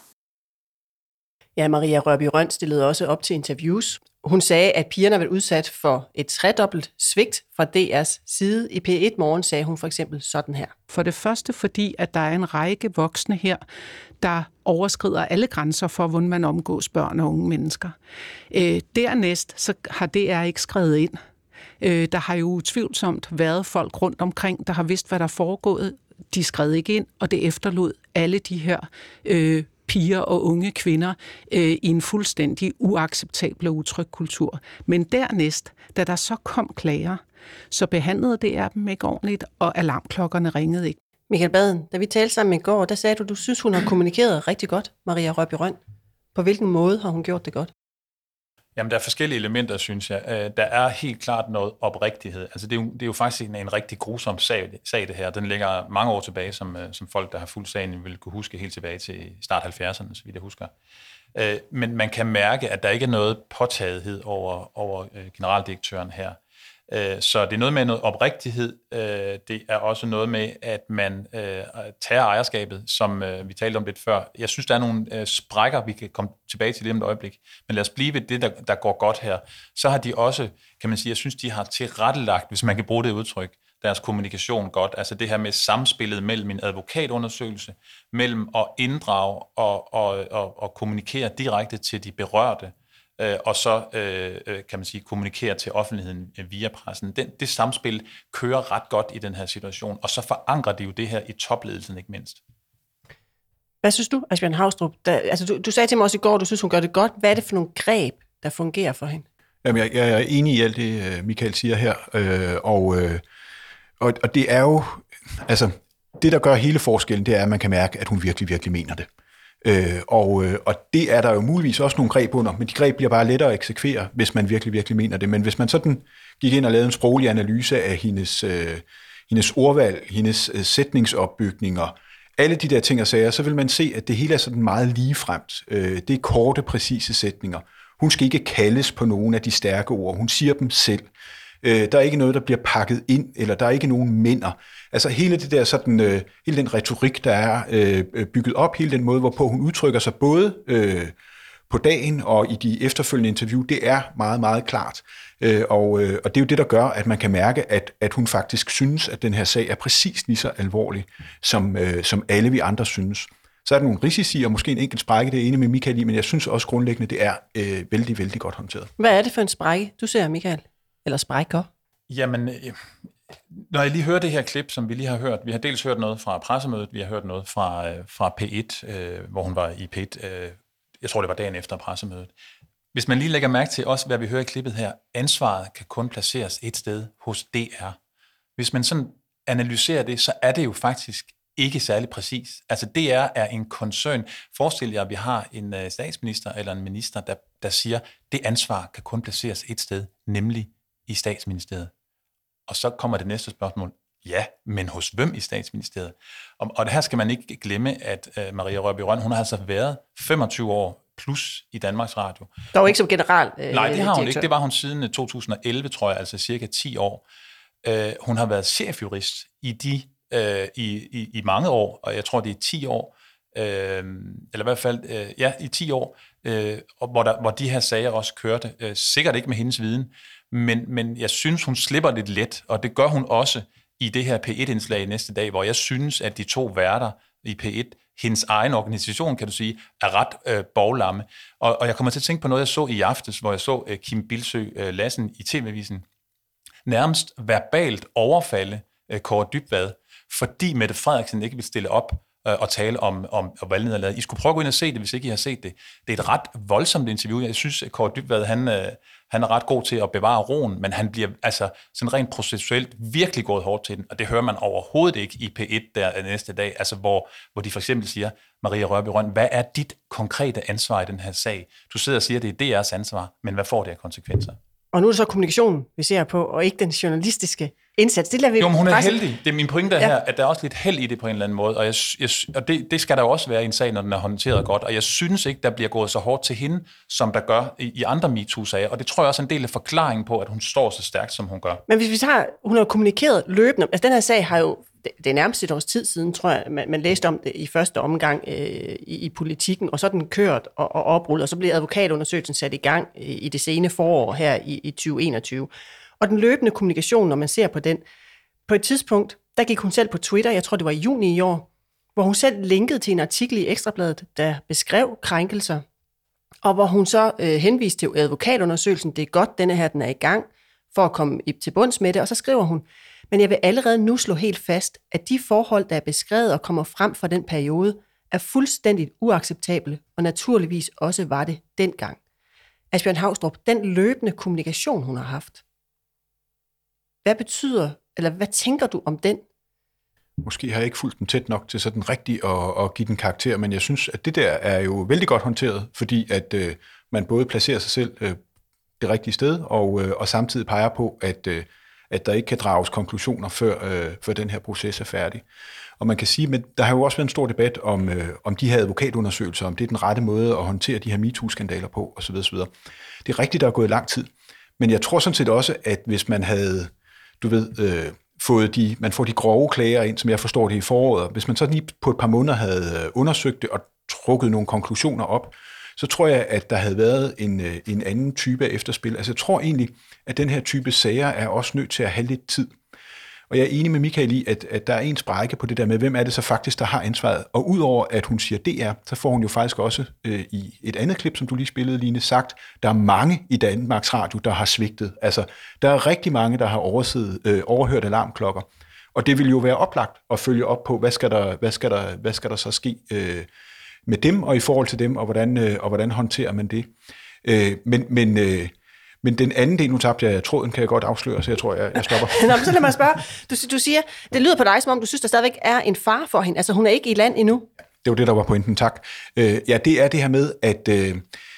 Ja, Maria Rørby Rønn stillede også op til interviews. Hun sagde, at pigerne har været udsat for et tredobbelt svigt fra D R's side. I P et Morgen sagde hun for eksempel sådan her. For det første fordi, at der er en række voksne her, der overskrider alle grænser for, hvordan man omgås børn og unge mennesker. Øh, dernæst så har D R ikke skrevet ind. Øh, der har jo utvivlsomt været folk rundt omkring, der har vidst, hvad der er foregået. De skrev ikke ind, og det efterlod alle de her øh, piger og unge kvinder øh, i en fuldstændig uacceptabel og utryg kultur. Men dernæst, da der så kom klager, så behandlede D R dem ikke ordentligt, og alarmklokkerne ringede ikke. Michael Baden, da vi talte sammen i går, der sagde du, du synes, hun har kommunikeret rigtig godt, Maria Rørby Rønn. På hvilken måde har hun gjort det godt? Jamen, der er forskellige elementer, synes jeg. Der er helt klart noget oprigtighed. Altså, det er jo, det er jo faktisk en, en rigtig grusom sag, sag, det her. Den ligger mange år tilbage, som, som folk, der har fulgt sagen, vil kunne huske helt tilbage til start halvfjerdserne, så vidt jeg husker. Men man kan mærke, at der ikke er noget påtagethed over, over generaldirektøren her. Så det er noget med noget oprigtighed. Det er også noget med, at man tager ejerskabet, som vi talte om lidt før. Jeg synes, der er nogle sprækker, vi kan komme tilbage til det om et øjeblik. Men lad os blive ved det, der, der går godt her. Så har de også, kan man sige, jeg synes, de har tilrettelagt, hvis man kan bruge det udtryk, deres kommunikation godt. Altså det her med samspillet mellem en advokatundersøgelse, mellem at inddrage og, og, og, og kommunikere direkte til de berørte, og så øh, kan man sige kommunikere til offentligheden via pressen. Den, det samspil kører ret godt i den her situation, og så forankrer det jo det her i topledelsen ikke mindst. Hvad synes du, Asbjørn Haustrup? Der, altså, du, du sagde til mig også i går, du synes, hun gør det godt. Hvad er det for nogle greb, der fungerer for hende? Jamen, jeg, jeg er enig i alt det, Michael siger her, øh, og, øh, og, og det er jo, altså, det der gør hele forskellen, det er, at man kan mærke, at hun virkelig, virkelig mener det. Øh, og, øh, og det er der jo muligvis også nogle greb under, men de greb bliver bare lettere at eksekvere, hvis man virkelig, virkelig mener det. Men hvis man sådan gik ind og lavede en sproglig analyse af hendes, øh, hendes ordvalg, hendes øh, sætningsopbygninger, alle de der ting og sager, så vil man se, at det hele er sådan meget ligefremt. Øh, det er korte, præcise sætninger. Hun skal ikke kaldes på nogle af de stærke ord. Hun siger dem selv. Øh, der er ikke noget, der bliver pakket ind, eller der er ikke nogen minder. Altså hele det der sådan, øh, hele den retorik, der er øh, bygget op, hele den måde, hvorpå hun udtrykker sig både øh, på dagen og i de efterfølgende interview, det er meget, meget klart. Øh, og, øh, og det er jo det, der gør, at man kan mærke, at, at hun faktisk synes, at den her sag er præcis lige så alvorlig, som, øh, som alle vi andre synes. Så er der nogle risici, og måske en enkelt sprække, det er enig med Michael i, men jeg synes også grundlæggende, det er øh, vældig, vældig godt håndteret. Hvad er det for en sprække, du ser, Michael? Eller sprækker? Jamen, når jeg lige hører det her klip, som vi lige har hørt, vi har dels hørt noget fra pressemødet, vi har hørt noget fra, fra P et, øh, hvor hun var i P et, øh, jeg tror det var dagen efter pressemødet. Hvis man lige lægger mærke til også, hvad vi hører i klippet her, ansvaret kan kun placeres et sted hos D R. Hvis man sådan analyserer det, så er det jo faktisk ikke særlig præcis. Altså D R er en koncern. Forestil jer, at vi har en statsminister eller en minister, der, der siger, det ansvar kan kun placeres et sted, nemlig i statsministeriet. Og så kommer det næste spørgsmål. Ja, men hos hvem i statsministeriet? Og, og det her skal man ikke glemme, at uh, Maria Rørby Rønn, hun har altså været femogtyve år plus i Danmarks Radio. Der var ikke som general øh, Nej, det har hun direktør. ikke. Det var hun siden to tusind og elleve, tror jeg, altså cirka ti år. Øh, hun har været chefjurist i, de, øh, i, i, i mange år, og jeg tror, det er ti år, øh, eller i hvert fald, øh, ja, i ti år, øh, hvor, der, hvor de her sager også kørte. Øh, sikkert ikke med hendes viden, men, men jeg synes, hun slipper lidt let, og det gør hun også i det her P et-indslag næste dag, hvor jeg synes, at de to værter i P et, hendes egen organisation, kan du sige, er ret øh, bovlamme. Og, og jeg kommer til at tænke på noget, jeg så i aftes, hvor jeg så øh, Kim Bildsøe øh, Lassen i T V-avisen nærmest verbalt overfalde øh, Kaare Dybvad, fordi Mette Frederiksen ikke vil stille op øh, og tale om, om, om valgnederlaget. I skulle prøve at gå ind og se det, hvis ikke I har set det. Det er et ret voldsomt interview. Jeg synes, at Kaare Dybvad, han, øh, han er ret god til at bevare roen, men han bliver altså sådan rent processuelt virkelig gået hårdt til den, og det hører man overhovedet ikke i P et der næste dag, altså hvor, hvor de for eksempel siger, Maria Rørbye Rønn, hvad er dit konkrete ansvar i den her sag? Du sidder og siger, at det er D R's ansvar, men hvad får det af konsekvenser? Og nu er det så kommunikationen, vi ser på, og ikke den journalistiske indsats. Det lader vi jo, men hun er presse. heldig. Det er min pointe ja. her, at der er også lidt held i det på en eller anden måde, og, jeg, jeg, og det, det skal der jo også være i en sag, når den er håndteret godt, og jeg synes ikke, der bliver gået så hårdt til hende, som der gør i, i andre MeToo-sager, og det tror jeg også er en del af forklaringen på, at hun står så stærkt, som hun gør. Men hvis vi tager, hun har kommunikeret løbende, altså den her sag har jo, det er nærmest et års tid siden, tror jeg, man, man læste om det i første omgang øh, i, i politikken, og så er den kørt og, og oprullet, og så bliver advokatundersøgelsen sat i gang i, i det sene forår her i, i tyve enogtyve. Og den løbende kommunikation, når man ser på den, på et tidspunkt, der gik hun selv på Twitter, jeg tror det var i juni i år, hvor hun selv linkede til en artikel i Ekstrabladet, der beskrev krænkelser, og hvor hun så øh, henviste til advokatundersøgelsen, det er godt, denne her, den er i gang, for at komme til bunds med det, og så skriver hun, men jeg vil allerede nu slå helt fast, at de forhold, der er beskrevet og kommer frem fra den periode, er fuldstændigt uacceptable, og naturligvis også var det dengang. Asbjørn Haustrup, den løbende kommunikation, hun har haft, hvad betyder, eller hvad tænker du om den? Måske har jeg ikke fulgt den tæt nok til sådan rigtigt at, at give den karakter, men jeg synes, at det der er jo vældig godt håndteret, fordi at øh, man både placerer sig selv øh, det rigtige sted, og, øh, og samtidig peger på, at, øh, at der ikke kan drages konklusioner, før, øh, før den her proces er færdig. Og man kan sige, men der har jo også været en stor debat om, øh, om de her advokatundersøgelser, om det er den rette måde at håndtere de her MeToo-skandaler på, osv. osv. Det er rigtigt, der er gået lang tid, men jeg tror sådan set også, at hvis man havde, du ved, øh, fået de, man får de grove klager ind, som jeg forstår det i foråret, hvis man så lige på et par måneder havde undersøgt det og trukket nogle konklusioner op, så tror jeg, at der havde været en, en anden type af efterspil. Altså jeg tror egentlig, at den her type sager er også nødt til at have lidt tid. Og jeg er enig med Michael i, at, at der er en sprække på det der med, hvem er det så faktisk, der har ansvaret. Og udover at hun siger D R, så får hun jo faktisk også øh, i et andet klip, som du lige spillede, Line, sagt, der er mange i Danmarks Radio, der har svigtet. Altså, der er rigtig mange, der har overset, øh, overhørt alarmklokker. Og det vil jo være oplagt at følge op på, hvad skal der, hvad skal der, hvad skal der så ske øh, med dem, og i forhold til dem, og hvordan, øh, og hvordan håndterer man det. Øh, men men øh, Men den anden del, nu tabte jeg tråden, kan jeg godt afsløre, så jeg tror, jeg, jeg stopper. Nå, men så lad mig spørge. Du, du siger, det lyder på dig, som om du synes, der stadigvæk er en far for hende. Altså, hun er ikke i land endnu. Det var det, der var pointen, tak. Øh, ja, det er det her med, at, øh,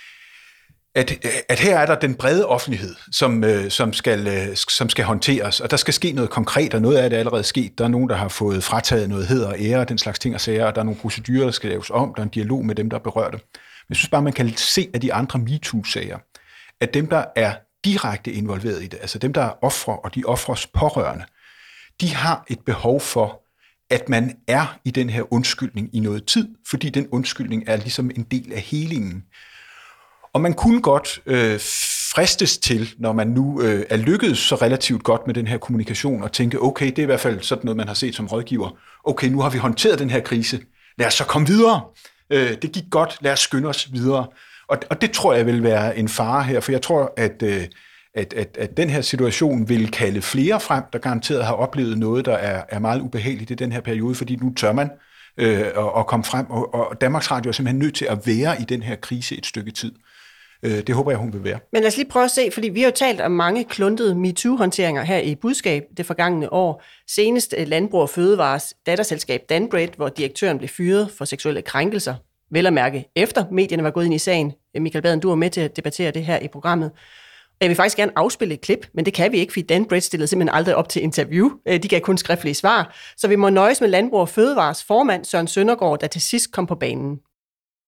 at, at her er der den brede offentlighed, som, øh, som, skal, øh, som skal håndteres, og der skal ske noget konkret, og noget af det er allerede sket. Der er nogen, der har fået frataget noget heder og ære, den slags ting og sager, og der er nogle procedurer, der skal laves om, der er en dialog med dem, der er berørte. Men jeg synes bare, man kan se af de andre MeToo-sager, at dem, der er direkte involveret i det, altså dem, der er ofre og de ofres pårørende, de har et behov for, at man er i den her undskyldning i noget tid, fordi den undskyldning er ligesom en del af helingen. Og man kunne godt øh, fristes til, når man nu øh, er lykkedes så relativt godt med den her kommunikation, og tænke, okay, det er i hvert fald sådan noget, man har set som rådgiver. Okay, nu har vi håndteret den her krise. Lad os så komme videre. Øh, det gik godt. Lad os skynde os videre. Og, og det tror jeg vil være en fare her, for jeg tror, at, at, at, at den her situation vil kalde flere frem, der garanteret har oplevet noget, der er, er meget ubehageligt i den her periode, fordi nu tør man øh, at, at komme frem, og, og Danmarks Radio er simpelthen nødt til at være i den her krise et stykke tid. Øh, det håber jeg, hun vil være. Men lad os lige prøve at se, fordi vi har jo talt om mange kluntede MeToo-håndteringer her i Budskab det forgangne år. Senest Landbrug og Fødevares datterselskab Danbred, hvor direktøren blev fyret for seksuelle krænkelser. Vel at mærke, efter medierne var gået ind i sagen. Michael Baden, du var med til at debattere det her i programmet. Jeg vil faktisk gerne afspille et klip, men det kan vi ikke, fordi Danbred stillede simpelthen aldrig op til interview. De gav kun skriftlige svar. Så vi må nøjes med Landbrug og Fødevares formand Søren Søndergaard, der til sidst kom på banen.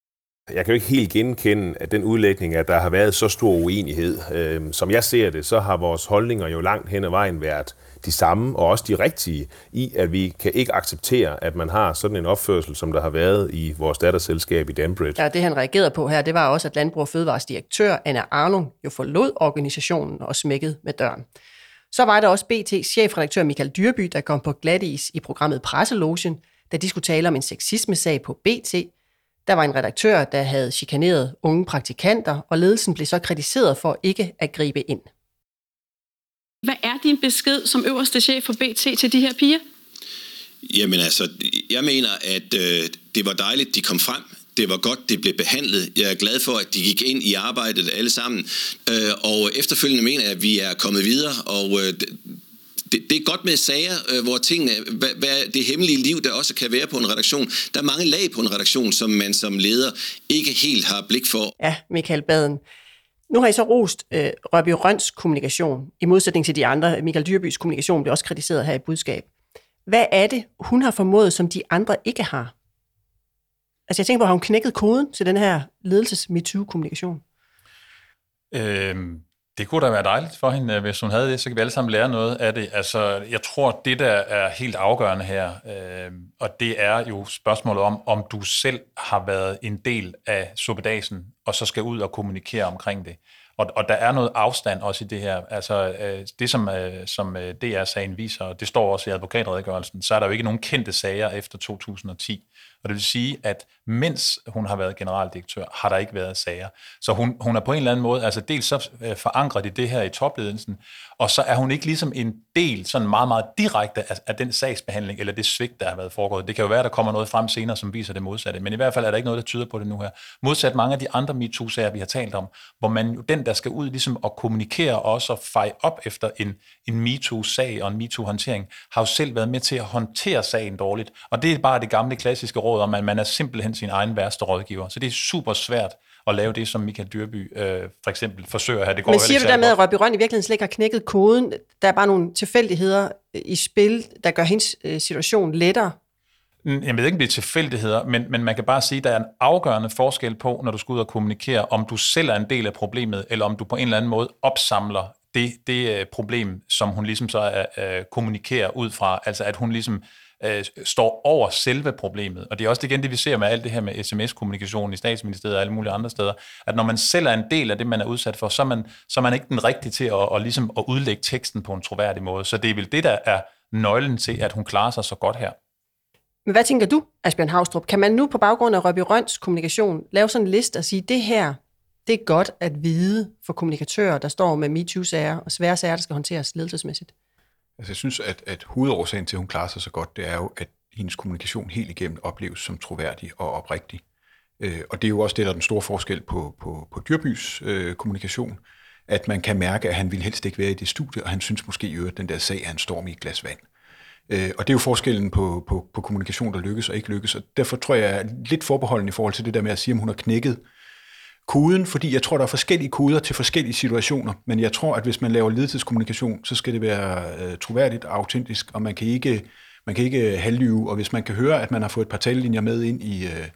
Jeg kan jo ikke helt genkende, at den udlægning, at der har været så stor uenighed. Øh, som jeg ser det, så har vores holdninger jo langt hen ad vejen været de samme, og også de rigtige, i at vi kan ikke acceptere, at man har sådan en opførsel, som der har været i vores datterselskab i Danbridge. Ja, det han reagerede på her, det var også, at Landbrug og Fødevares direktør, Anna Arnung, jo forlod organisationen og smækkede med døren. Så var der også B T's chefredaktør Michael Dyrby, der kom på glatis i programmet Presselogen, da de skulle tale om en sexisme-sag på B T. Der var en redaktør, der havde chikaneret unge praktikanter, og ledelsen blev så kritiseret for ikke at gribe ind. Hvad er din besked som øverste chef for B T til de her piger? Jamen altså, jeg mener, at øh, det var dejligt, de kom frem. Det var godt, det blev behandlet. Jeg er glad for, at de gik ind i arbejdet alle sammen. Øh, og efterfølgende mener jeg, at vi er kommet videre, og øh, det, det er godt med sager, øh, hvor tingene, hvad, hvad det hemmelige liv, der også kan være på en redaktion. Der er mange lag på en redaktion, som man som leder ikke helt har blik for. Ja, Michael Baden. Nu har I så rost øh, Rørby Røns kommunikation, i modsætning til de andre. Michael Dyrbys kommunikation blev også kritiseret her i budskab. Hvad er det, hun har formået, som de andre ikke har? Altså jeg tænker på, har hun knækket koden til den her ledelses-MeToo-kommunikation? Øhm, det kunne da være dejligt for hende, hvis hun havde det, så kan vi alle sammen lære noget af det. Altså, jeg tror, det der er helt afgørende her, øh, og det er jo spørgsmålet om, om du selv har været en del af suppedasen, og så skal ud og kommunikere omkring det. Og, og der er noget afstand også i det her. Altså øh, det, som, øh, som D R-sagen viser, og det står også i advokatredegørelsen, så er der jo ikke nogen kendte sager efter to tusind og ti. Og det vil sige, at mens hun har været generaldirektør, har der ikke været sager. Så hun, hun er på en eller anden måde, altså dels så øh, forankret i det her i topledelsen, og så er hun ikke ligesom en del, sådan meget, meget direkte af, af den sagsbehandling, eller det svigt, der har været foregået. Det kan jo være, at der kommer noget frem senere, som viser det modsatte, men i hvert fald er der ikke noget, der tyder på det nu her. Modsat mange af de andre MeToo-sager, vi har talt om, hvor man jo den, der skal ud ligesom at kommunikere og også feje op efter en, en MeToo-sag og en MeToo-håndtering, har jo selv været med til at håndtere sagen dårligt. Og det er bare det gamle klassiske råd om, at man er simpelthen sin egen værste rådgiver. Så det er super svært at lave det, som Michael Dyrby øh, for eksempel forsøger her. Det går Men siger du der med, at Rørby Røn i virkeligheden slet ikke har knækket koden? Der er bare nogle tilfældigheder i spil, der gør hendes situation lettere? Jeg ved ikke, om det er tilfældigheder, men, men man kan bare sige, at der er en afgørende forskel på, når du skal ud og kommunikere, om du selv er en del af problemet, eller om du på en eller anden måde opsamler det, det problem, som hun ligesom så er, uh, kommunikerer ud fra. Altså at hun ligesom uh, står over selve problemet. Og det er også igen det, vi ser med alt det her med sms-kommunikation i Statsministeriet og alle mulige andre steder, at når man selv er en del af det, man er udsat for, så er man, så er man ikke den rigtige til at, at, ligesom at udlægge teksten på en troværdig måde. Så det er vel det, der er nøglen til, at hun klarer sig så godt her. Men hvad tænker du, Asbjørn Haustrup? Kan man nu på baggrund af Rørby Røns kommunikation lave sådan en liste og sige, det her, det er godt at vide for kommunikatører, der står med MeToo-sager og svære sager, der skal håndteres ledelsesmæssigt? Altså, jeg synes, at, at hovedårsagen til, at hun klarer sig så godt, det er jo, at hendes kommunikation helt igennem opleves som troværdig og oprigtig. Øh, og det er jo også det, der er den store forskel på, på, på Dyrbys øh, kommunikation, at man kan mærke, at han vil helst ikke være i det studie, og han synes måske jo, at den der sag er en storm i et glas vand. Øh, og det er jo forskellen på, på, på kommunikation, der lykkes og ikke lykkes, og derfor tror jeg, jeg er lidt forbeholden i forhold til det der med at sige, om hun har knækket koden, fordi jeg tror, der er forskellige koder til forskellige situationer, men jeg tror, at hvis man laver ledelseskommunikation, så skal det være øh, troværdigt og autentisk, og man kan ikke, man kan ikke halvlyve, og hvis man kan høre, at man har fået et par talelinjer med ind i, øh,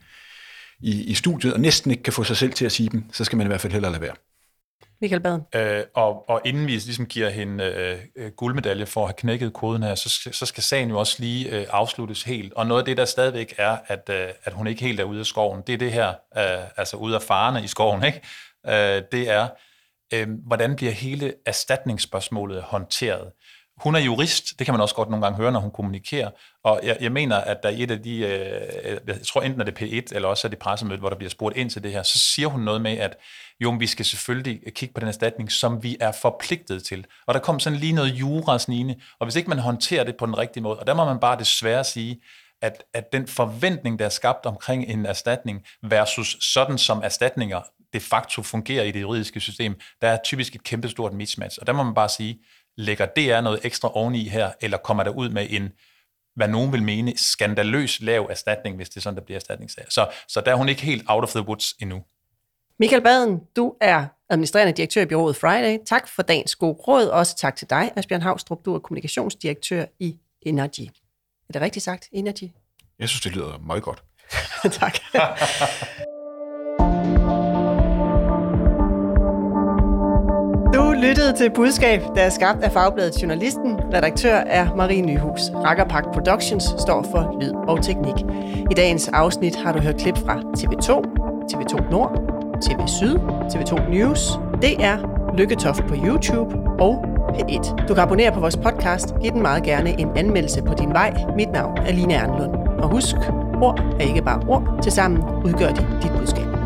i, i studiet, og næsten ikke kan få sig selv til at sige dem, så skal man i hvert fald hellere lade være. Michael Baden. Øh, og, og inden vi ligesom giver hende øh, guldmedalje for at have knækket koden her, så, så skal sagen jo også lige øh, afsluttes helt. Og noget af det, der stadigvæk er, at, øh, at hun ikke helt er ude af skoven, det er det her, øh, altså ude af farerne i skoven, ikke? Øh, det er, øh, hvordan bliver hele erstatningsspørgsmålet håndteret? Hun er jurist, det kan man også godt nogle gange høre, når hun kommunikerer, og jeg, jeg mener, at der er et af de, øh, jeg tror enten er det P et, eller også er det pressemøde, hvor der bliver spurgt ind til det her, så siger hun noget med, at jo, vi skal selvfølgelig kigge på den erstatning, som vi er forpligtet til. Og der kom sådan lige noget jura snigende, og hvis ikke man håndterer det på den rigtige måde, og der må man bare desværre sige, at, at den forventning, der er skabt omkring en erstatning, versus sådan som erstatninger de facto fungerer i det juridiske system, der er typisk et kæmpestort mismatch, og der må man bare sige, lægger D R noget ekstra oveni her, eller kommer der ud med en, hvad nogen vil mene, skandaløs lav erstatning, hvis det er sådan, der bliver erstatningssager. Så, så der er hun ikke helt out of the woods endnu. Michael Baden, du er administrerende direktør i bureauet Friday. Tak for dagens gode råd. Også tak til dig, Asbjørn Haustrup. Du er kommunikationsdirektør i Energy. Er det rigtigt sagt, Energy? Jeg synes, det lyder meget godt. Tak. lyttede til Budskab, der er skabt af Fagbladet Journalisten. Redaktør er Marie Nyhus. Rakkerpak Productions står for lyd og teknik. I dagens afsnit har du hørt klip fra T V to, T V to Nord, T V Syd, T V to News, D R, Lykketoft på YouTube og P et. Du kan abonnere på vores podcast. Giv den meget gerne en anmeldelse på din vej. Mit navn er Line Ernlund. Og husk, ord er ikke bare ord. Tilsammen udgør de dit budskab.